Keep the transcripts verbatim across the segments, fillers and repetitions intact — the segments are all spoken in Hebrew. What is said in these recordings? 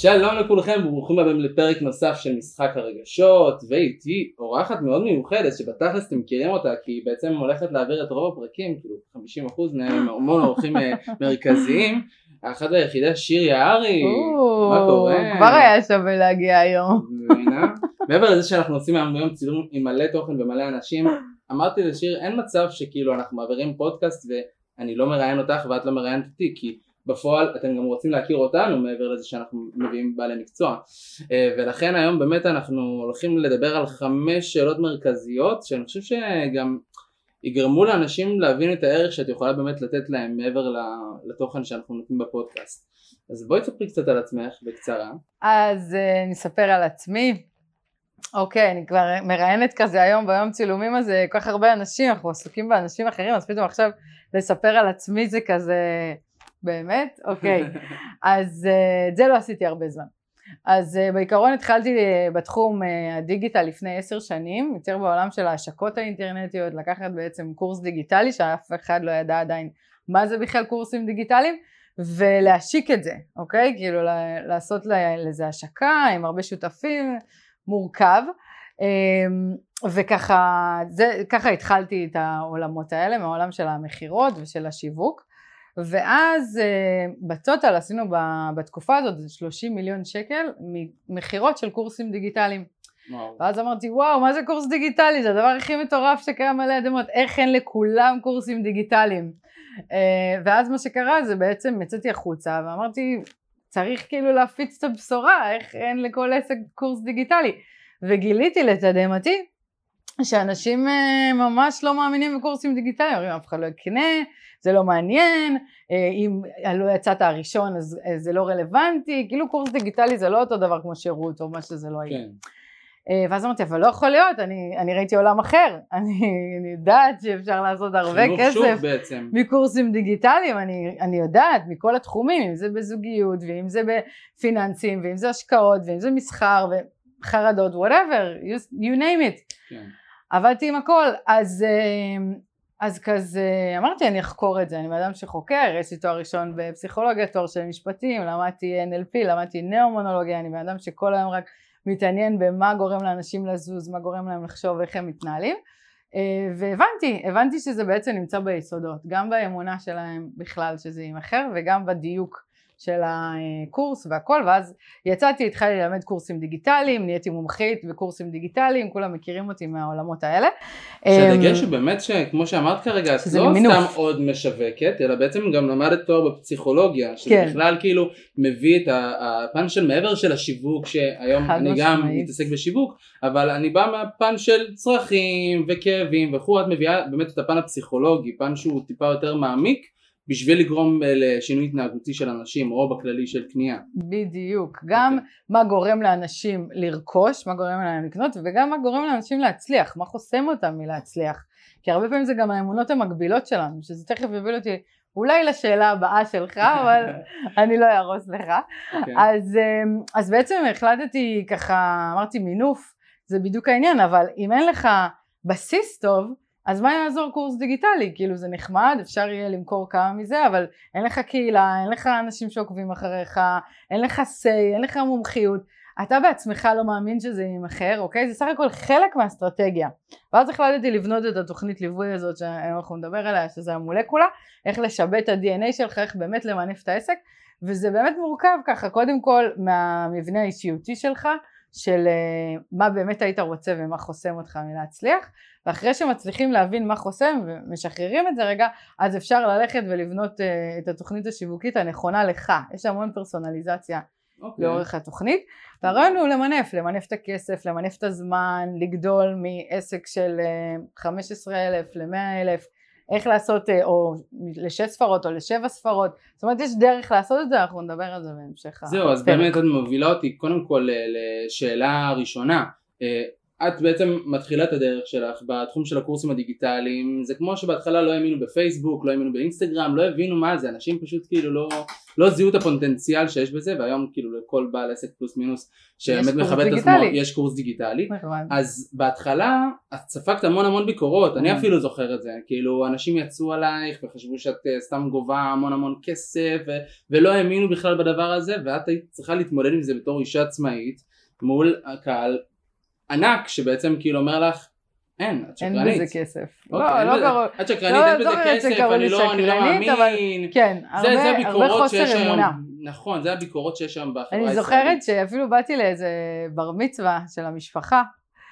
שלום לכולכם וברוכים הבאים לפרק נוסף של משחק הרגשות, ואיתי אורחת מאוד מיוחדת שבתכלס אתם מכירים אותה כי בעצם הולכת להעביר את רוב הפרקים, כאילו חמישים אחוז מהם המון אורחים מרכזיים. האחת והיחידה שיר יערי, מה קורה? כבר היה שווה להגיע היום. מעבר לזה שאנחנו עושים היום צילום עם מלא תוכן ומלא אנשים, אמרתי לשיר אין מצב שכאילו אנחנו מעבירים פודקאסט ואני לא מראיין אותך ואת לא מראיינת אותי, כי בפועל אתם גם רוצים להכיר אותנו מעבר לזה שאנחנו מביאים בעלי מקצוע, ולכן היום באמת אנחנו הולכים לדבר על חמש שאלות מרכזיות שאני חושב שגם יגרמו לאנשים להבין את הערך שאת יכולה באמת לתת להם מעבר לתוכן שאנחנו נותנים בפודקאסט. אז בואי תספרי קצת על עצמך בקצרה. אז אני אספר על עצמי. אוקיי, אני כבר מראיינת כזה היום ביום צילומים הזה כל כך הרבה אנשים, אנחנו עסוקים באנשים אחרים, אז פתאום עכשיו לספר על עצמי זה כזה באמת? אוקיי. אז את זה לא עשיתי הרבה זמן. אז בעיקרון התחלתי בתחום הדיגיטל לפני עשר שנים, יותר בעולם של ההשקות האינטרנטיות, לקחת בעצם קורס דיגיטלי שאף אחד לא ידע עדיין מה זה בכלל קורסים דיגיטליים, ולהשיק את זה, אוקיי? כאילו לעשות לזה השקה עם הרבה שותפים, מורכב, וככה זה, ככה התחלתי את העולמות האלה, מהעולם של המחירות ושל השיווק, ואז בטוטל עשינו בתקופה הזאת שלושים מיליון שקל מחירות של קורסים דיגיטליים. וואו. ואז אמרתי וואו, מה זה קורס דיגיטלי? זה הדבר הכי מטורף שקיים עלי אדמות, איך אין לכולם קורסים דיגיטליים? ואז מה שקרה זה בעצם מצאתי החוצה ואמרתי צריך כאילו להפיץ את הבשורה, איך אין לכל עסק קורס דיגיטלי? וגיליתי לתדהמתי שאנשים ממש לא מאמינים בקורסים דיגיטליים, אומרים אף אחד לא יקנה, זה לא מעניין, אם לא יצאת הראשון אז זה לא רלוונטי, כאילו קורס דיגיטלי זה לא אותו דבר כמו שירות או מה שזה לא יהיה. ואז אמרתי, אבל לא יכול להיות, אני, אני ראיתי עולם אחר, אני, אני יודעת שאפשר לעשות הרבה כסף מקורסים דיגיטליים, אני, אני יודעת מכל התחומים, אם זה בזוגיות ואם זה בפיננסים ואם זה השקעות ואם זה מסחר וחרדות, whatever, you, you name it. כן. עבדתי עם הכל, אז, אז כזה אמרתי אני אחקור את זה, אני מאדם שחוקר, יש לי תואר ראשון בפסיכולוגיה, תואר של משפטים, למדתי אן אל פי, למדתי נאומונולוגיה, אני מאדם שכל היום רק מתעניין במה גורם לאנשים לזוז, מה גורם להם לחשוב איך הם מתנהלים, והבנתי, הבנתי שזה בעצם נמצא ביסודות, גם באמונה שלהם בכלל שזה יימחר, וגם בדיוק של הקורס והכל, ואז יצאתי, התחלתי ללמד קורסים דיגיטליים, נהייתי מומחית בקורסים דיגיטליים, כולם מכירים אותי מהעולמות האלה. שהדגש שבאמת שכמו שאמרת כרגע, את לא סתם עוד משווקת, אלא בעצם גם למדת תואר בפסיכולוגיה, שזה בכלל כאילו מביא את הפן של מעבר של השיווק, שהיום אני גם מתעסק בשיווק, אבל אני בא מהפן של צרכים וכאבים וכו', את מביאה באמת את הפן הפסיכולוגי, פן שהוא טיפה יותר מעמיק, בשביל לגרום לשינוי התנהגותי של אנשים או בכללי של קנייה. בדיוק, גם okay. מה גורם לאנשים לרכוש, מה גורם להם לקנות, וגם מה גורם לאנשים להצליח, מה חוסם אותם מלהצליח, כי הרבה פעמים זה גם האמונות המקבילות שלנו, שזה תכף יוביל אותי אולי לשאלה הבאה שלך, אבל אני לא ארוס לך. Okay. אז, אז בעצם החלטתי ככה, אמרתי מינוף, זה בדיוק העניין, אבל אם אין לך בסיס טוב, אז מה יעזור קורס דיגיטלי? כאילו זה נחמד, אפשר יהיה למכור כמה מזה, אבל אין לך קהילה, אין לך אנשים שעוקבים אחריך, אין לך סי, אין לך מומחיות, אתה בעצמך לא מאמין שזה יימחר, אוקיי? זה סך הכל חלק מהאסטרטגיה. ואז החלטתי לבנות את התוכנית ליווי הזאת שאנחנו נדבר עליה, שזה המולקולה, איך לשבת את ה-די אן איי שלך, איך באמת למנף את העסק, וזה באמת מורכב ככה, קודם כל מהמבנה האישיותי שלך, של מה באמת היית רוצה ומה חוסם אותך מלהצליח, ואחרי שמצליחים להבין מה חוסם ומשחררים את זה רגע, אז אפשר ללכת ולבנות את התוכנית השיווקית הנכונה לך. יש המון פרסונליזציה okay. לאורך התוכנית, והרעיון הוא למנף, למנף את הכסף, למנף את הזמן, לגדול מעסק של חמישה עשר אלף ל-מאה אלף, איך לעשות, או לשש ספרות או לשבע ספרות, זאת אומרת יש דרך לעשות את זה, אנחנו נדבר על זה בהמשך. זהו, אז באמת את מובילה אותי קודם כל לשאלה הראשונה, את בעצם מתחילה את הדרך שלך בתחום של הקורסים הדיגיטליים, זה כמו שבהתחלה לא האמינו בפייסבוק, לא האמינו באינסטגרם, לא הבינו מה זה, אנשים פשוט כאילו לא, לא זיהו את הפוטנציאל שיש בזה, והיום כאילו לכל בעל עסק פלוס מינוס שבאמת מכבד את עצמו, יש קורס דיגיטלי, אז בהתחלה את ספגת המון המון ביקורות, אני אפילו זוכר את זה, כאילו אנשים יצאו עלייך וחשבו שאת סתם גובה המון המון כסף, ולא האמינו בכלל בדבר הזה, ואת היית צריכה להתמודד עם זה בתור אישה עצמאית, מול הקהל ענק שבעצם כאילו אומר לך אין, את שקרנית. אין בזה כסף. לא, לא ברור. את שקרנית, אין בזה כסף, אני לא מאמין. כן, הרבה חוסר אמונה. נכון, זה הביקורות שיש שם בחברה הישראלית. אני זוכרת שאפילו באתי לאיזה בר מצווה של המשפחה,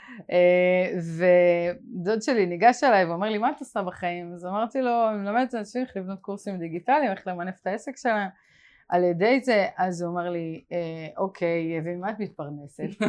ודוד שלי ניגש אליי ואומר לי, מה את עושה בחיים? אז אמרתי לו, אני מלמדת אנשים איך לבנות קורסים דיגיטליים, איך למנף את העסק שלהם. על ידי זה, אז הוא אומר לי, אוקיי, ומה את מתפרנסת?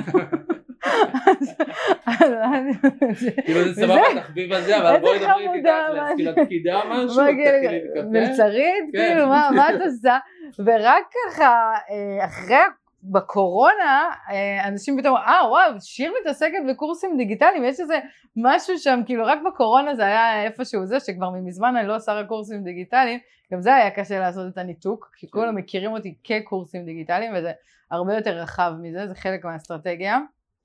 כאילו זה סבבה תחביב על זה, אבל בואי דברי איתי תכלס, כאילו את פקידה משהו, תתחילי לקפה. מלצרית, כאילו מה את עושה? ורק ככה, אחרי בקורונה, אנשים פתאום, אה וואו, שיר מתעסקת בקורסים דיגיטליים, יש איזה משהו שם, כאילו רק בקורונה זה היה איפשהו זה, שכבר מזמן אני לא עושה רק קורסים דיגיטליים, גם זה היה קשה לעשות את הניתוק, כי כולם מכירים אותי כקורסים דיגיטליים, וזה הרבה יותר רחב מזה, זה חלק מהאסטרטגיה,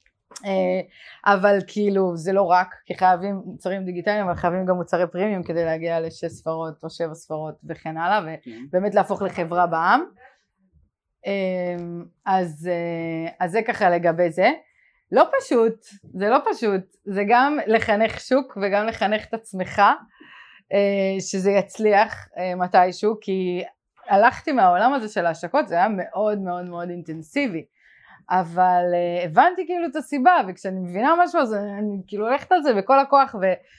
אבל כאילו זה לא רק, כי חייבים מוצרים דיגיטליים, אבל חייבים גם מוצרי פרימיום, כדי להגיע לשש ספרות או שבע ספרות וכן הלאה, ובאמת להפוך לחברה בעם. אז, אז זה ככה לגבי זה, לא פשוט, זה לא פשוט, זה גם לחנך שוק וגם לחנך את עצמך, שזה יצליח מתישהו, כי הלכתי מהעולם הזה של ההשקות, זה היה מאוד מאוד מאוד אינטנסיבי, אבל הבנתי כאילו את הסיבה, וכשאני מבינה משהו אז אני כאילו הולכת על זה בכל הכוח,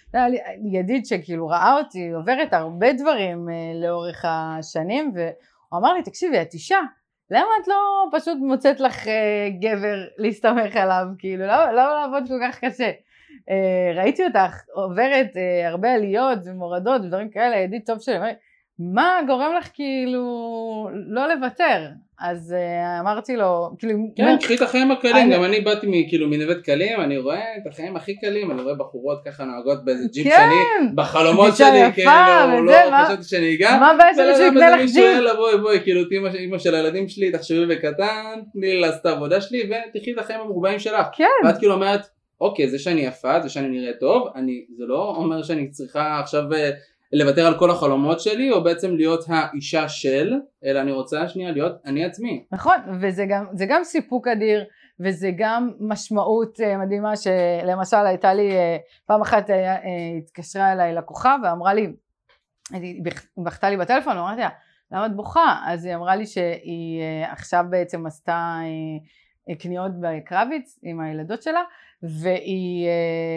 וידיד שכאילו ראה אותי עוברת הרבה דברים לאורך השנים, והוא אמר לי, תקשיבי, את אישה, למה את לא פשוט מוצאת לך גבר להסתמך עליו, כאילו, לא, לא לעבוד כל כך קשה. ראיתי אותך עוברת הרבה עליות ומורדות ודברים כאלה, ידיד טוב שלי, מה גורם לך כאילו לא לוותר? אז אמרתי לו, כאילו... כן, קחי את החיים הקלים, גם אני באתי כאילו מנווט קלים, אני רואה את החיים הכי קלים, אני רואה בחורות ככה נוהגות באיזה ג'יפ שני, בחלומות שלי, כאילו, לא חשבתי שאני אגע, מה בעצם מישהו יקנה לך ג'יפ? בואי בואי, כאילו אמא של הילדים שלי, תחשבי בקטן, תני לי לעשות את העבודה שלי, ותחי את החיים המרובעים שלך, ואת כאילו אומרת, אוקיי, זה שאני יפה, זה שאני נראה טוב, זה לא אומר שאני צריכה עכשיו לוותר על כל החלומות שלי, או בעצם להיות האישה של, אלא אני רוצה שנייה להיות אני עצמי. נכון, וזה גם, זה גם סיפוק אדיר, וזה גם משמעות מדהימה, שלמשל הייתה לי, פעם אחת התקשרה אליי לקוחה, ואמרה לי, היא בכתה לי בטלפון, ואמרתי לה, למה את בוכה? אז היא אמרה לי שהיא עכשיו בעצם עשתה קניות בקרביץ עם הילדות שלה, והיא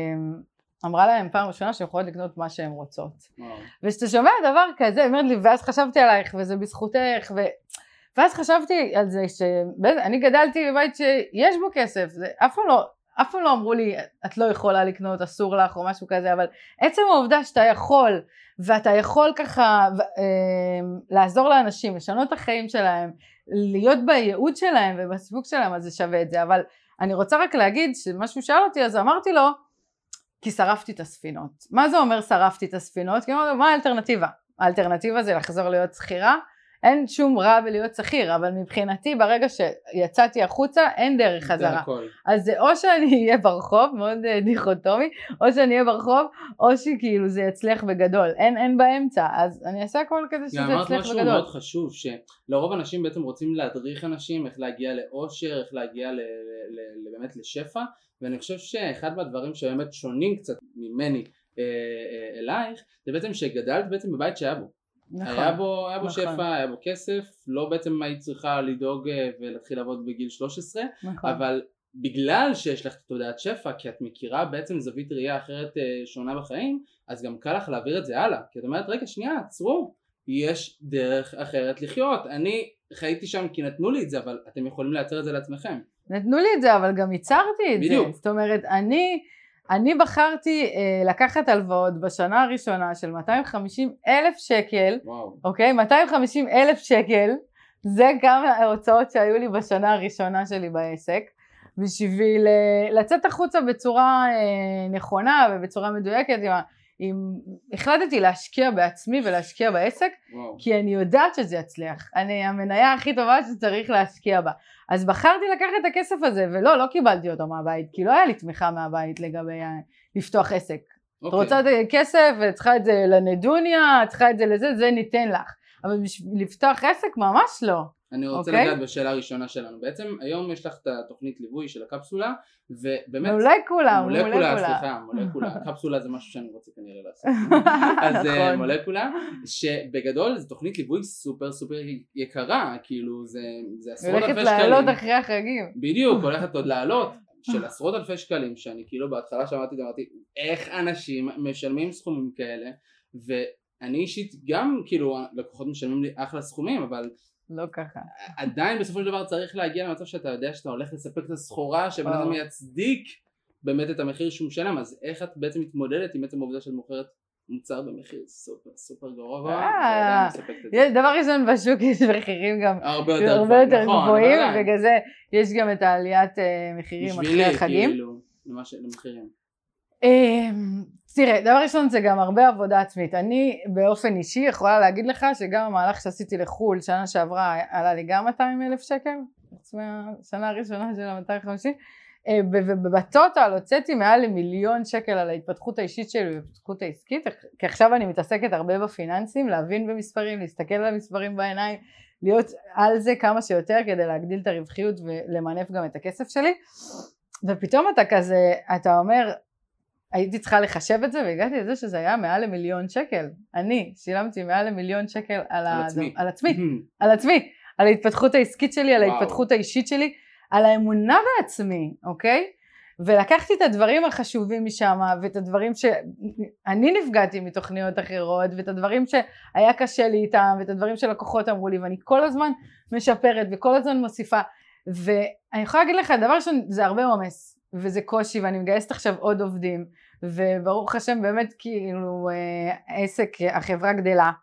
אמרה להם פעם ראשונה שהן יכולות לקנות מה שהן רוצות. ושאתה שומע דבר כזה, אומרת לי, ואז חשבתי עלייך, וזה בזכותך, ו... ואז חשבתי על זה, שאני גדלתי בבית שיש בו כסף, זה אף פעם לא, אף פעם לא אמרו לי, את לא יכולה לקנות, אסור לך או משהו כזה, אבל עצם העובדה שאתה יכול, ואתה יכול ככה לעזור לאנשים, לשנות את החיים שלהם, להיות בייעוד שלהם ובסיפוק שלהם, אז זה שווה את זה. אבל אני רוצה רק להגיד שמשהו שאל אותי, אז אמרתי לו, כי שרפתי את הספינות. מה זה אומר שרפתי את הספינות? כי אמרתי, מה האלטרנטיבה? האלטרנטיבה זה לחזור להיות שכירה, אין שום רע בלהיות שכיר, אבל מבחינתי ברגע שיצאתי החוצה אין דרך חזרה. אז זה או שאני אהיה ברחוב, מאוד דיכוטומי, או שאני אהיה ברחוב, או שכאילו זה יצליח בגדול, אין, אין באמצע, אז אני אעשה הכל כזה שזה יצליח בגדול. אמרת משהו מאוד חשוב, שלרוב אנשים בעצם רוצים להדריך אנשים, איך להגיע לאושר, איך להגיע ל, ל, ל, באמת לשפע, ואני חושב שאחד מהדברים שבאמת שונים קצת ממני אה, אה, אלייך, זה בעצם שגדלת בעצם בבית שהיה בו. נכון, היה בו, היה בו נכון. שפע, היה בו כסף, לא בעצם היית צריכה לדאוג ולהתחיל לעבוד בגיל שלוש עשרה, נכון. אבל בגלל שיש לך תודעת שפע, כי את מכירה בעצם זווית ראייה אחרת שונה בחיים, אז גם קל לך להעביר את זה הלאה, כי את אומרת, רגע שנייה, עצרו, יש דרך אחרת לחיות, אני חייתי שם כי נתנו לי את זה, אבל אתם יכולים לייצר את זה לעצמכם. נתנו לי את זה, אבל גם ייצרתי את בדיוק. זה, זאת אומרת, אני... אני בחרתי אה, לקחת הלוואות בשנה הראשונה של מאתיים וחמישים אלף שקל, וואו. אוקיי? מאתיים וחמישים אלף שקל, זה גם ההוצאות שהיו לי בשנה הראשונה שלי בעסק, בשביל לצאת החוצה בצורה נכונה ובצורה מדויקת, אם החלטתי להשקיע בעצמי ולהשקיע בעסק, וואו. כי אני יודעת שזה יצליח, אני המניה הכי טובה שצריך להשקיע בה, אז בחרתי לקחת את הכסף הזה, ולא, לא קיבלתי אותו מהבית, כי לא היה לי תמיכה מהבית לגבי לפתוח עסק. Okay. את רוצה את כסף, צריכה את זה לנדוניה, צריכה את זה לזה, זה ניתן לך, אבל לפתוח עסק ממש לא. אני רוצה okay. לגעת בשאלה הראשונה שלנו, בעצם היום יש לך את התוכנית ליווי של הקפסולה, ובאמת... מולקולה, מולקולה, מולקולה, סליחה, מולקולה, קפסולה זה משהו שאני רוצה כנראה לעשות. אז מולקולה, שבגדול זו תוכנית ליווי סופר סופר יקרה, כאילו זה, זה עשרות אלפי שקלים. הולכת לעלות אחרי החגים. בדיוק, הולכת עוד לעלות, של עשרות אלפי שקלים, שאני כאילו בהתחלה שמעתי, אמרתי, איך אנשים משלמים סכומים כאלה, ואני אישית גם, כאילו, לקוחות משלמים לי אחלה סכומים, אבל... לא ככה. עדיין בסופו של דבר צריך להגיע למצב שאתה יודע שאתה הולך לספק את הסחורה שבן אדם יצדיק באמת את המחיר שהוא משלם, אז איך את בעצם מתמודדת עם עצם העובדה שאת מוכרת מוצר במחיר סופר סופר גרוע? דבר ראשון בשוק יש מחירים גם הרבה יותר גבוהים, ובגלל זה יש גם את העליית מחירים אחרי החגים. בשבילי כאילו למחירים. תראה, דבר ראשון זה גם הרבה עבודה עצמית. אני באופן אישי יכולה להגיד לך שגם המהלך שעשיתי לחול שנה שעברה עלה לי גם מאתיים אלף שקל, שנה הראשונה של ה-מאתיים וחמישים, ובטוטל הוצאתי מעל למיליון שקל על ההתפתחות האישית שלי וההתפתחות העסקית, כי עכשיו אני מתעסקת הרבה בפיננסים, להבין במספרים, להסתכל על המספרים בעיניים, להיות על זה כמה שיותר כדי להגדיל את הרווחיות ולמנף גם את הכסף שלי, ופתאום אתה כזה, אתה אומר, הייתי צריכה לחשב את זה, והגעתי לזה שזה היה מעל למיליון שקל. אני שילמתי מעל למיליון שקל על, על עצמי, על עצמי, על עצמי, על ההתפתחות העסקית שלי, על ההתפתחות האישית שלי, על האמונה בעצמי, אוקיי? ולקחתי את הדברים החשובים משם, ואת הדברים שאני נפגעתי מתוכניות אחרות, ואת הדברים שהיה קשה לי איתם, ואת הדברים שלקוחות אמרו לי, ואני כל הזמן משפרת, וכל הזמן מוסיפה, ואני יכולה להגיד לך, הדבר ראשון זה הרבה עומס, וזה קושי, ואני מגייסת עכשיו עוד עובדים, וברוך השם באמת כאילו עסק, החברה גדלה,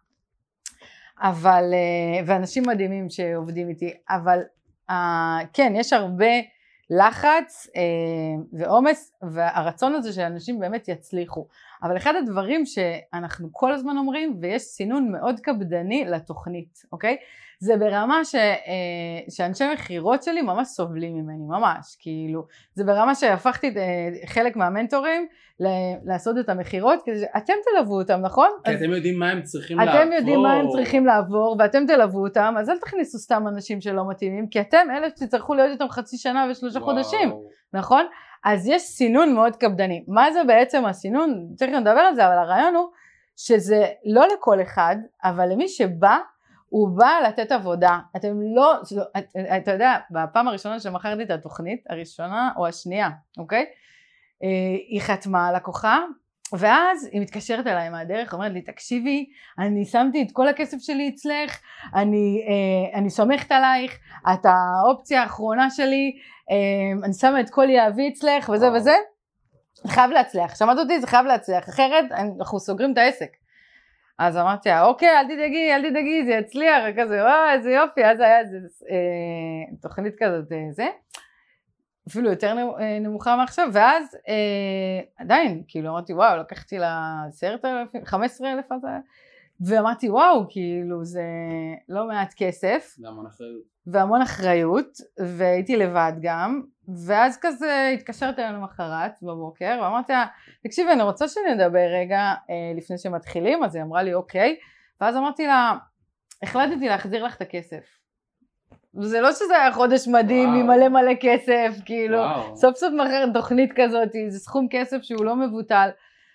אבל, ואנשים מדהימים שעובדים איתי, אבל כן, יש הרבה לחץ ועומס, והרצון הזה שאנשים באמת יצליחו, אבל אחד הדברים שאנחנו כל הזמן אומרים, ויש סינון מאוד קפדני לתוכנית, אוקיי? זה ברמה ש, שאנשי מחירות שלי ממש סובלים ממני, ממש, כאילו, זה ברמה שהפכתי חלק מהמנטורים לעשות את המחירות, כדי שאתם תלוו אותם, נכון? כי אתם יודעים מה הם צריכים אתם לעבור. אתם יודעים מה הם צריכים לעבור, ואתם תלוו אותם, אז אל תכניסו סתם אנשים שלא מתאימים, כי אתם אלה שתצטרכו להיות איתם חצי שנה ושלושה וואו. חודשים, נכון? אז יש סינון מאוד קפדני. מה זה בעצם הסינון? צריך לדבר על זה, אבל הרעיון הוא שזה לא לכל אחד, אבל למי שבא, הוא בא לתת עבודה. אתם לא, אתה יודע, בפעם הראשונה שמכרתי את התוכנית, הראשונה או השנייה, אוקיי? היא חתמה לקוחה, ואז היא מתקשרת אליי מהדרך, אומרת לי, תקשיבי, אני שמתי את כל הכסף שלי אצלך, אני, אני סומכת עלייך, את האופציה האחרונה שלי, אני שמה את כל יהבי אצלך, וזה וזה, זה חייב להצליח, שמעת אותי, זה חייב להצליח, אחרת אנחנו סוגרים את העסק. אז אמרתי, אוקיי, אל תדאגי, אל תדאגי, זה יצליח, כזה, וואו, איזה יופי, אז היה איזה אה, תוכנית כזאת, אה, זה, אפילו יותר נמוכה מעכשיו, ואז אה, עדיין, כאילו, אמרתי, וואו, לקחתי לה עשרת אלפים, חמש עשרה אלף, ואמרתי, וואו, כאילו, זה לא מעט כסף. והמון אחריות. והמון אחריות, והייתי לבד גם, ואז כזה התקשרתי אלינו למחרת בבוקר, ואמרתי לה, תקשיבי, אני רוצה שנדבר רגע אה, לפני שמתחילים, אז היא אמרה לי, אוקיי, ואז אמרתי לה, החלטתי להחזיר לך את הכסף. וזה לא שזה היה חודש מדהים, עם מלא מלא כסף, כאילו, וואו. סוף סוף מחר תוכנית כזאת, זה סכום כסף שהוא לא מבוטל.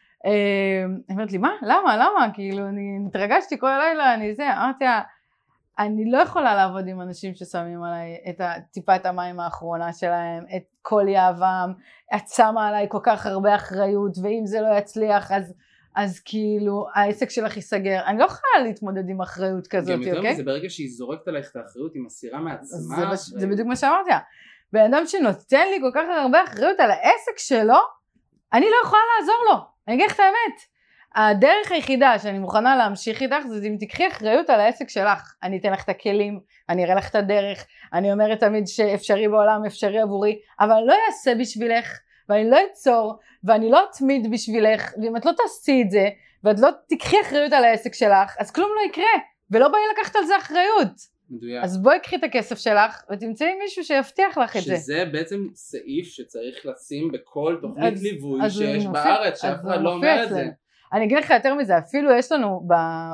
היא אומרת לי, מה? למה? למה? כאילו, אני התרגשתי כל הלילה, אני זה, אמרתי לה, אני לא יכולה לעבוד עם אנשים ששמים עליי את טיפת המים האחרונה שלהם, את כל יהבם, את שמה עליי כל כך הרבה אחריות, ואם זה לא יצליח, אז, אז כאילו, העסק שלך ייסגר. אני לא יכולה להתמודד עם אחריות כזאת, אוקיי? גם יותר מזה, ברגע שהיא זורקת עליך את האחריות, היא מסירה מעצמה. זה, זה בדיוק מה שאמרתי. בן אדם שנותן לי כל כך הרבה אחריות על העסק שלו, אני לא יכולה לעזור לו. אני אגיד לך את האמת. הדרך היחידה שאני מוכנה להמשיך איתך, זה אם תקחי אחריות על העסק שלך. אני אתן לך את הכלים, אני אראה לך את הדרך, אני אומרת תמיד שאפשרי בעולם, אפשרי עבורי, אבל אני לא אעשה בשבילך, ואני לא אצור, ואני לא אתמיד בשבילך, ואם את לא תעשי את זה, ואת לא תקחי אחריות על העסק שלך, אז כלום לא יקרה, ולא באי לקחת על זה אחריות. מדויק. אז בואי קחי את הכסף שלך, ותמצאי מישהו שיבטיח לך את זה. שזה בעצם סעיף שצריך לשים בכל תוכנית אז, ליווי אז שיש בארץ, שאף אחד לא אומר את זה. אני אגיד לך יותר מזה, אפילו יש לנו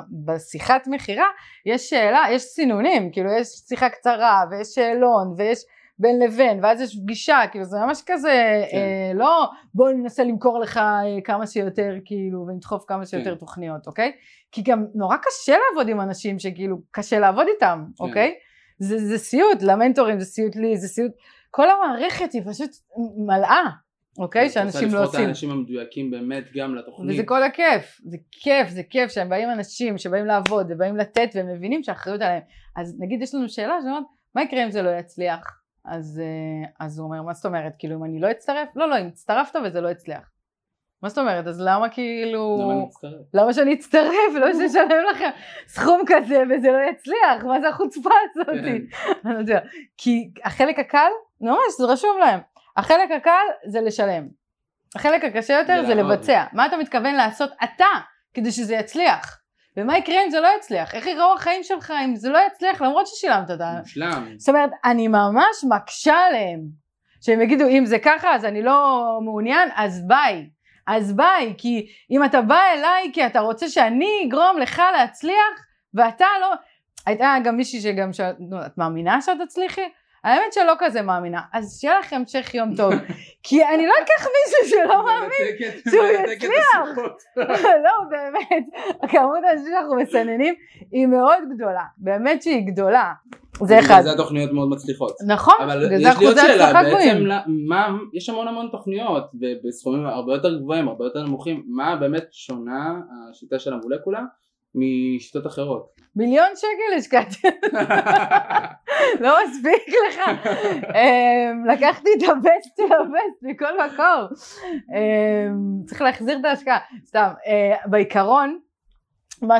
בשיחת מחירה, יש שאלה, יש סינונים, כאילו יש שיחה קצרה, ויש שאלון, ויש בין לבין, ואז יש פגישה, כאילו זה ממש כזה, כן. אה, לא בוא ננסה למכור לך אה, כמה שיותר, כאילו, ונדחוף כמה שיותר כן. תוכניות, אוקיי? כי גם נורא קשה לעבוד עם אנשים שכאילו, קשה לעבוד איתם, כן. אוקיי? זה, זה סיוט, למנטורים זה סיוט לי, זה סיוט, כל המערכת היא פשוט מלאה. אוקיי, שאנשים לא עושים. לפחות האנשים המדויקים באמת גם לתוכנית. וזה כל הכיף, זה כיף, זה כיף שהם באים אנשים שבאים לעבוד ובאים לתת והם מבינים שהאחריות עליהם. אז נגיד יש לנו שאלה שאומרת, מה יקרה אם זה לא יצליח? אז, אז הוא אומר, מה זאת אומרת? כאילו אם אני לא אצטרף? לא, לא, אם הצטרפת וזה לא יצליח. מה זאת אומרת? אז למה כאילו... למה אני אצטרף? למה שאני אצטרף? לא ששלם לכם סכום כזה וזה לא יצליח. מה זה החוצפה הזאת? כן. כי החלק הקל, ממש, זה רשום להם. החלק הקל זה לשלם, החלק הקשה יותר זה לבצע. מה אתה מתכוון לעשות אתה כדי שזה יצליח? ומה יקרה אם זה לא יצליח? איך יראו החיים שלך אם זה לא יצליח למרות ששילמת אותה? מושלם. זאת אומרת, אני ממש מקשה עליהם, שהם יגידו אם זה ככה אז אני לא מעוניין, אז ביי, אז ביי, כי אם אתה בא אליי כי אתה רוצה שאני אגרום לך להצליח ואתה לא, הייתה גם מישהי שגם שואלת, את מאמינה שאת תצליחי? האמת שלא כזה מאמינה, אז שיהיה לכם המשך יום טוב, כי אני לא אקח מישהו שלא מאמין שהוא יצליח, לא באמת, הכמות האנשים שאנחנו מסננים היא מאוד גדולה, באמת שהיא גדולה, זה אחד. זה התוכניות מאוד מצליחות. נכון, אבל יש לי עוד שאלה, בעצם יש המון המון תוכניות, בסכומים הרבה יותר גבוהים, הרבה יותר נמוכים, מה באמת שונה השיטה של המולקולה משיטות אחרות? מיליון שקל השקעתי, לא מספיק לך, לקחתי את הבסט של הבסט מכל מקום, צריך להחזיר את ההשקעה, סתם, בעיקרון, מה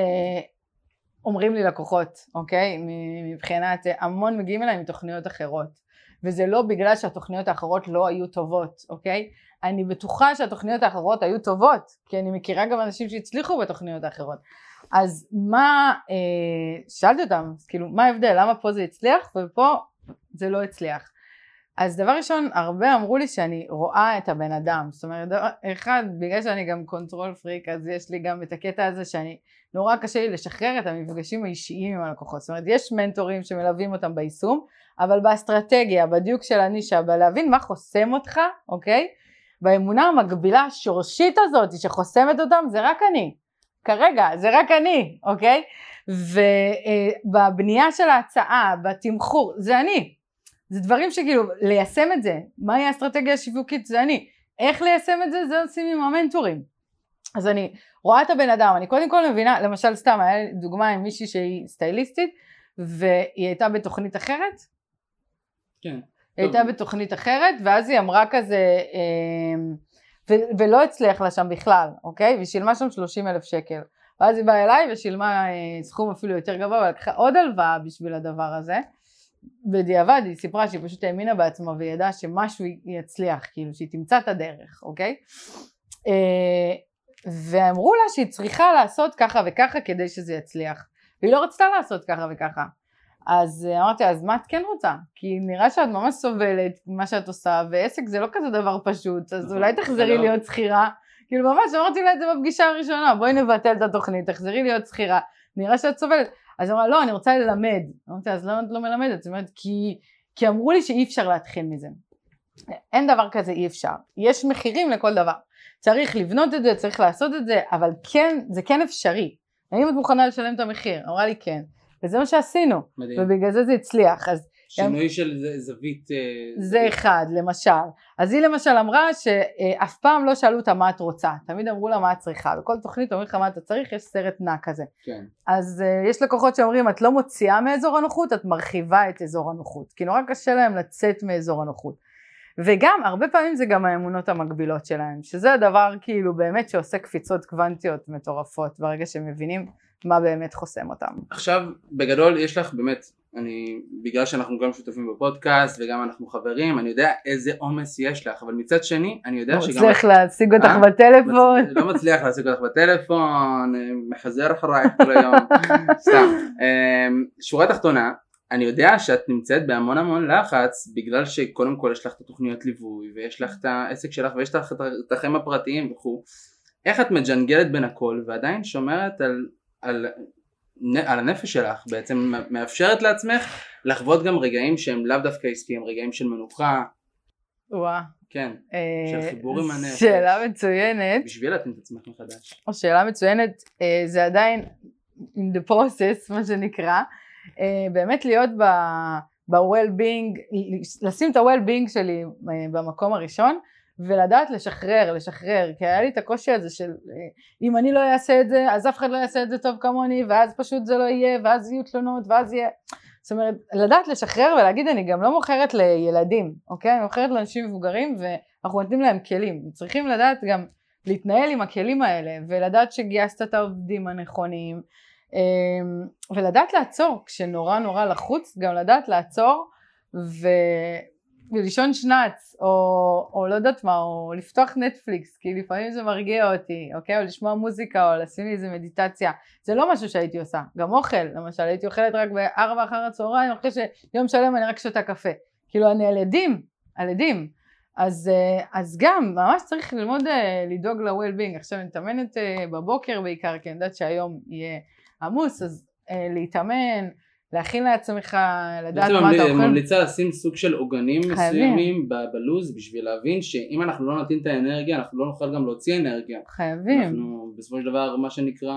שאומרים לי לקוחות, אוקיי, מבחינת המון מגיעים אליי מתוכניות אחרות, וזה לא בגלל שהתוכניות האחרות לא היו טובות, אוקיי, אני בטוחה שהתוכניות האחרות היו טובות, כי אני מכירה גם אנשים שהצליחו בתוכניות האחרות, אז מה, אה, שאלתי אותם, כאילו מה ההבדל, למה פה זה הצליח ופה זה לא הצליח? אז דבר ראשון, הרבה אמרו לי שאני רואה את הבן אדם, זאת אומרת, דבר, אחד, בגלל שאני גם קונטרול פריק, אז יש לי גם את הקטע הזה שאני, נורא קשה לי לשחרר את המפגשים האישיים עם הלקוחות, זאת אומרת, יש מנטורים שמלווים אותם ביישום, אבל באסטרטגיה, בדיוק של הנישה, בלהבין מה חוסם אותך, אוקיי? באמונה המקבילה השורשית הזאת שחוסמת אותם, זה רק אני. כרגע, זה רק אני, אוקיי? ובבנייה של ההצעה, בתמחור, זה אני. זה דברים שכאילו, ליישם את זה, מהי האסטרטגיה השיווקית, זה אני. איך ליישם את זה, זה עושים עם המנטורים. אז אני רואה את הבן אדם, אני קודם כל מבינה, למשל סתם, היה לי דוגמה עם מישהי שהיא סטייליסטית, והיא הייתה בתוכנית אחרת. כן. היא הייתה בתוכנית אחרת, ואז היא אמרה כזה, ו- ולא הצליח לה שם בכלל, אוקיי? והיא שילמה שם שלושים אלף שקל. ואז היא באה אליי ושילמה סכום אפילו יותר גבוה, ולקחה עוד הלוואה בשביל הדבר הזה. בדיעבד היא סיפרה שהיא פשוט האמינה בעצמה, והיא ידעה שמשהו יצליח, כאילו שהיא תמצא את הדרך, אוקיי? ואמרו לה שהיא צריכה לעשות ככה וככה כדי שזה יצליח. והיא לא רצתה לעשות ככה וככה. אז אמרתי, אז מה את כן רוצה? כי נראה שאת ממש סובלת מה שאת עושה, ועסק זה לא כזה דבר פשוט, אז אולי תחזרי להיות שכירה. כאילו ממש אמרתי לה את זה בפגישה הראשונה, בואי נבטל את התוכנית, תחזרי להיות שכירה, נראה שאת סובלת. אז אמרה, לא, אני רוצה ללמד. אמרתי, אז למה את לא מלמדת? זאת אומרת, כי, כי אמרו לי שאי אפשר להתחיל מזה. אין דבר כזה אי אפשר. יש מחירים לכל דבר. צריך לבנות את זה, צריך לעשות את זה, אבל כן, זה כן אפשרי. האם את מוכנה לשלם את המחיר? אמרה לי כן. וזה מה שעשינו. מדהים. ובגלל זה זה הצליח. אז שינוי הם... של זווית. זה אחד, למשל. אז היא למשל אמרה שאף פעם לא שאלו אותה מה את רוצה. תמיד אמרו לה מה את צריכה. בכל תוכנית אומרים לך מה אתה צריך, יש סרט נע כזה. כן. אז uh, יש לקוחות שאומרים, את לא מוציאה מאזור הנוחות, את מרחיבה את אזור הנוחות. כי נורא קשה להם לצאת מאזור הנוחות. וגם הרבה פעמים זה גם האמונות המקבילות שלהם, שזה הדבר כאילו באמת שעושה קפיצות קוונטיות מטורפות, ברגע שמבינים מה באמת חוסם אותם. עכשיו בגדול יש לך באמת, אני בגלל שאנחנו גם שותפים בפודקאסט וגם אנחנו חברים, אני יודע איזה עומס יש לך, אבל מצד שני אני יודע שגם... מצליח להשיג אותך בטלפון. לא מצליח להשיג אותך בטלפון, מחזר אחרייך כל היום, סתם. שורה תחתונה, אני יודע שאת נמצאת בהמון המון לחץ, בגלל שקודם כל יש לך את התוכניות ליווי, ויש לך את העסק שלך, ויש לך את החיים הפרטיים וכו'. איך את מג'נגלת בין הכל, ועדיין שומרת על, על, על הנפש שלך, בעצם מאפשרת לעצמך לחוות גם רגעים שהם לאו דווקא עסקיים, רגעים של מנוחה. וואה. כן, של חיבור עם הנפש. שאלה מצוינת. בשביל להתאים את עצמך מחדש. שאלה מצוינת, זה עדיין in the process, מה שנקרא. באמת להיות ב-well-being, לשים את ה-well-being שלי במקום הראשון, ולדעת לשחרר, לשחרר, כי היה לי את הקושי הזה של אם אני לא אעשה את זה, אז אף אחד לא יעשה את זה טוב כמוני, ואז פשוט זה לא יהיה, ואז יהיו תלונות, ואז יהיה, זאת אומרת, לדעת לשחרר ולהגיד, אני גם לא מוכרת לילדים, אוקיי? אני מוכרת לאנשים מבוגרים, ואנחנו נותנים להם כלים, צריכים לדעת גם להתנהל עם הכלים האלה, ולדעת שגייסת את העובדים הנכונים, ולדעת לעצור, כשנורא נורא לחוץ, גם לדעת לעצור, ו... ולישון שנץ, או, או לא יודעת מה, או לפתוח נטפליקס, כי לפעמים זה מרגיע אותי, אוקיי? או לשמוע מוזיקה, או לשים לי איזה מדיטציה, זה לא משהו שהייתי עושה, גם אוכל, למשל, הייתי אוכלת רק בארבע אחר הצהריים, אחרי שיום שלם אני רק שותה קפה, כאילו אני על עדים, על עדים, אז, אז גם, ממש צריך ללמוד לדאוג ל-well-being, עכשיו אני מתאמנת בבוקר בעיקר, כי אני יודעת שהיום יהיה עמוס, אז להתאמן, להכין לעצמך, לדעת מה אתה אוכל. ממליצה לשים סוג של עוגנים מסוימים בלוז, בשביל להבין שאם אנחנו לא נותנים את האנרגיה, אנחנו לא נוכל גם להוציא אנרגיה. חייבים. אנחנו בסופו של דבר, מה שנקרא...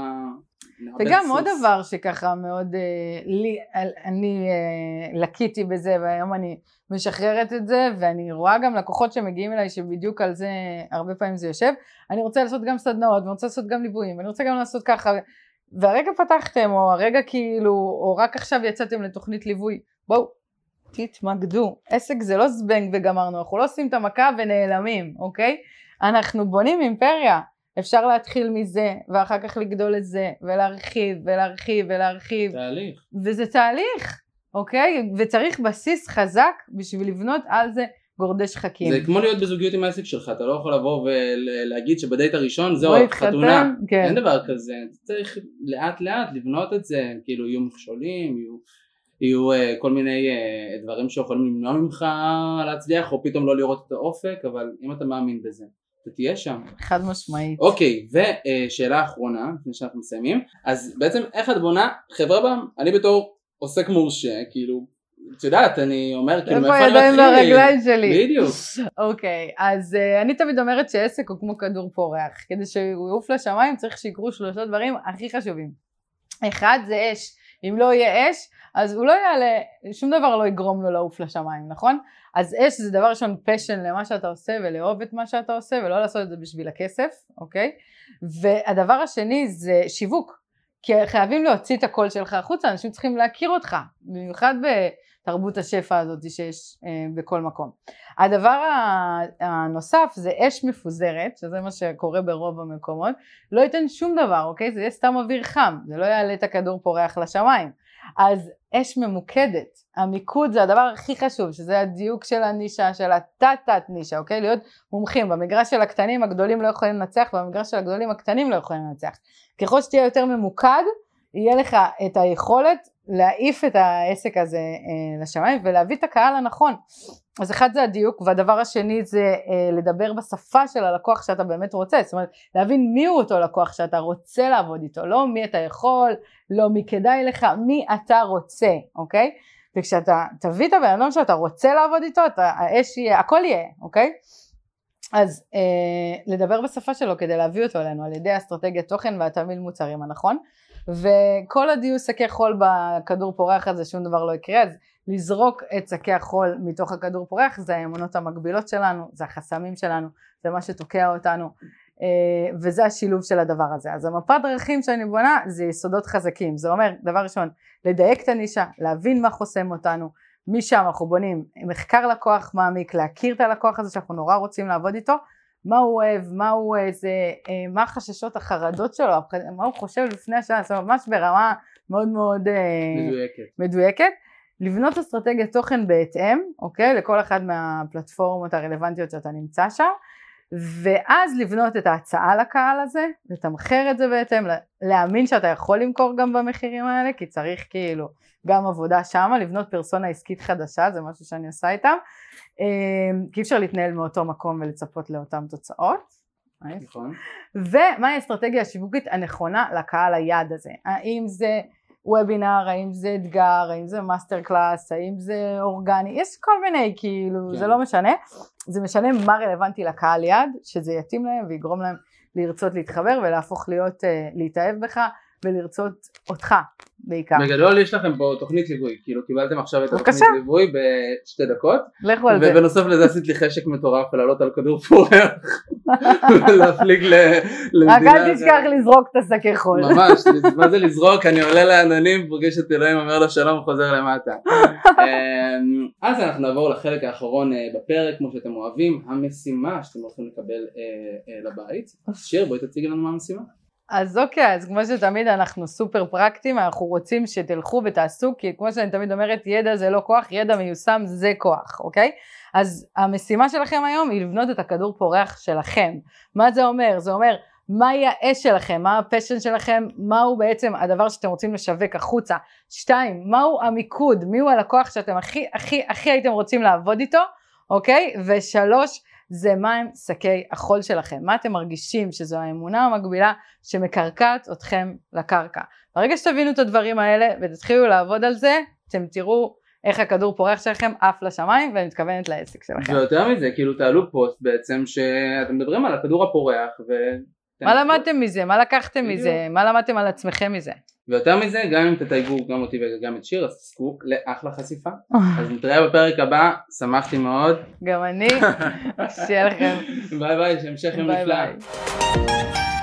וגם עוד דבר שככה מאוד, לי, אני לקיתי בזה, והיום אני משחררת את זה, ואני רואה גם לקוחות שמגיעים אליי, שבדיוק על זה הרבה פעמים זה יושב, אני רוצה לעשות גם סדנאות, ואני רוצה לעשות גם ליוויים, ואני רוצה גם לעשות ככה, והרגע פתחתם, או הרגע כאילו, או רק עכשיו יצאתם לתוכנית ליווי, בואו, תתמקדו, עסק זה לא זבנג וגמרנו, אנחנו לא עושים את המכה ונעלמים, אוקיי? אנחנו בונים אימפריה, אפשר להתחיל מזה, ואחר כך לגדול את זה, ולהרחיב, ולהרחיב, ולהרחיב. תהליך. וזה תהליך, אוקיי? וצריך בסיס חזק, בשביל לבנות על זה גורדי שחקים. זה כמו להיות בזוגיות עם העסק שלך, אתה לא יכול לבוא ולהגיד שבדייט הראשון זהו חתונה, כן. אין דבר כזה, צריך לאט לאט לבנות את זה, כאילו יהיו מכשולים, יהיו, יהיו uh, כל מיני uh, דברים שיכולים למנוע ממך להצליח, או פתאום לא לראות את האופק, אבל אם אתה מאמין בזה, אתה תהיה שם. חד משמעית. אוקיי, ושאלה אחרונה, לפני שאנחנו מסיימים, אז בעצם איך את בונה חברה בה, אני בתור עוסק מורשה, כאילו, את יודעת, אני אומר, כאילו, איפה הידיים והרגליים שלי? בדיוק. אוקיי, אז uh, אני תמיד אומרת שעסק הוא כמו כדור פורח, כדי שהוא יעוף לשמיים צריך שיקרו שלושה דברים הכי חשובים. אחד זה אש, אם לא יהיה אש, אז הוא לא יעלה, שום דבר לא יגרום לו לעוף לשמיים, נכון? אז אש זה דבר ראשון פשן למה שאתה עושה ולאהוב את מה שאתה עושה ולא לעשות את זה בשביל הכסף, אוקיי? והדבר השני זה שיווק, כי חייבים להוציא את הקול שלך החוצה, אנשים צריכים להכיר אותך, במיוחד בתרבות השפע הזאת שיש אה, בכל מקום. הדבר הנוסף זה אש מפוזרת, שזה מה שקורה ברוב המקומות, לא ייתן שום דבר, אוקיי? זה יהיה סתם אוויר חם, זה לא יעלה את הכדור פורח לשמיים. אז אש ממוקדת, המיקוד זה הדבר הכי חשוב, שזה הדיוק של הנישה, של התת-תת נישה, אוקיי? להיות מומחים, במגרש של הקטנים הגדולים לא יכולים לנצח, במגרש של הגדולים הקטנים לא יכולים לנצח. ככל שתהיה יותר ממוקד, יהיה לך את היכולת להעיף את העסק הזה אה, לשמיים, ולהביא את הקהל הנכון. אז אחד זה הדיוק, והדבר השני זה אה, לדבר בשפה של הלקוח שאתה באמת רוצה, זאת אומרת, להבין מי הוא אותו לקוח שאתה רוצה לעבוד איתו, לא מי אתה יכול, לא מי כדאי לך, מי אתה רוצה, אוקיי? וכשאתה תביא את הבן אדם שאתה רוצה לעבוד איתו, אתה, האש יהיה, הכל יהיה, אוקיי? אז אה, לדבר בשפה שלו כדי להביא אותו אלינו, על ידי אסטרטגיית תוכן והתמהיל מוצרים הנכון, וכל הדיוס שקי חול בכדור פורח הזה שום דבר לא יקרה, אז לזרוק את שקי החול מתוך הכדור פורח, זה האמונות המקבילות שלנו, זה החסמים שלנו, זה מה שתוקע אותנו, וזה השילוב של הדבר הזה. אז המפת דרכים שאני בונה זה יסודות חזקים, זה אומר דבר ראשון, לדייק את הנישה, להבין מה חוסם אותנו, משם אנחנו בונים מחקר לקוח מעמיק, להכיר את הלקוח הזה שאנחנו נורא רוצים לעבוד איתו, מה הוא אוהב, מה הוא איזה, מה החששות, החרדות שלו, מה הוא חושב לפני השנה, זאת אומרת, ממש ברמה מאוד מאוד מדויקת. מדויקת. לבנות אסטרטגיית תוכן בהתאם, אוקיי? לכל אחד מהפלטפורמות הרלוונטיות שאתה נמצא שם, ואז לבנות את ההצעה לקהל הזה, לתמחר את זה בהתאם, להאמין שאתה יכול למכור גם במחירים האלה, כי צריך כאילו גם עבודה שמה, לבנות פרסונה עסקית חדשה, זה משהו שאני עושה איתם, כי אפשר להתנהל מאותו מקום ולצפות לאותן תוצאות. נכון. ומהי האסטרטגיה השיווקית הנכונה לקהל היעד הזה? האם זה וובינר, האם זה אתגר, האם זה מאסטר קלאס, האם זה אורגני, יש כל מיני כאילו, כן. זה לא משנה, זה משנה מה רלוונטי לקהל יעד, שזה יתאים להם ויגרום להם לרצות להתחבר ולהפוך להיות, להתאהב בך ולרצות אותך בעיקר. בגדול יש לכם פה תוכנית ליווי, כאילו קיבלתם עכשיו את התוכנית ליווי בשתי דקות, לכו על זה. ובנוסף לזה עשית לי חשק מטורף לעלות על כדור פורח, ולהפליג למדינה. רק אל תשכח לזרוק את השקי חול. ממש, מה זה לזרוק? אני עולה לעננים, פוגש את אלוהים, אומר לו שלום וחוזר למטה. אז אנחנו נעבור לחלק האחרון בפרק, כמו שאתם אוהבים, המשימה שאתם הולכים לקבל לבית. שיר, בואי תציגי לנו מה המשימה. אז אוקיי, אז כמו שתמיד אנחנו סופר פרקטיים, אנחנו רוצים שתלכו ותעשו, כי כמו שאני תמיד אומרת, ידע זה לא כוח, ידע מיושם זה כוח, אוקיי? אז המשימה שלכם היום היא לבנות את הכדור פורח שלכם. מה זה אומר? זה אומר, מהי האש שלכם, מה הפשן שלכם, מהו בעצם הדבר שאתם רוצים לשווק החוצה. שתיים, מהו המיקוד, מיהו הלקוח שאתם הכי, הכי, הכי הייתם רוצים לעבוד איתו, אוקיי? ושלוש, זה מה הם שקי החול שלכם, מה אתם מרגישים שזו האמונה המקבילה שמקרקעת אתכם לקרקע. ברגע שתבינו את הדברים האלה ותתחילו לעבוד על זה, אתם תראו איך הכדור פורח שלכם עף לשמיים, ואני מתכוונת לעסק שלכם. ויותר מזה, כאילו תעלו פוסט בעצם שאתם מדברים על הכדור הפורח ו... מה למדתם מזה? מה לקחתם מזה? מה למדתם על עצמכם מזה? ויותר מזה, גם אם תתייגו גם אותי וגם את שיר, אז תזכו לאחלה חשיפה. אז נתראה בפרק הבא, שמחתי מאוד. גם אני, שיהיה לכם. ביי ביי, שהמשך יום נפלא. ביי ביי.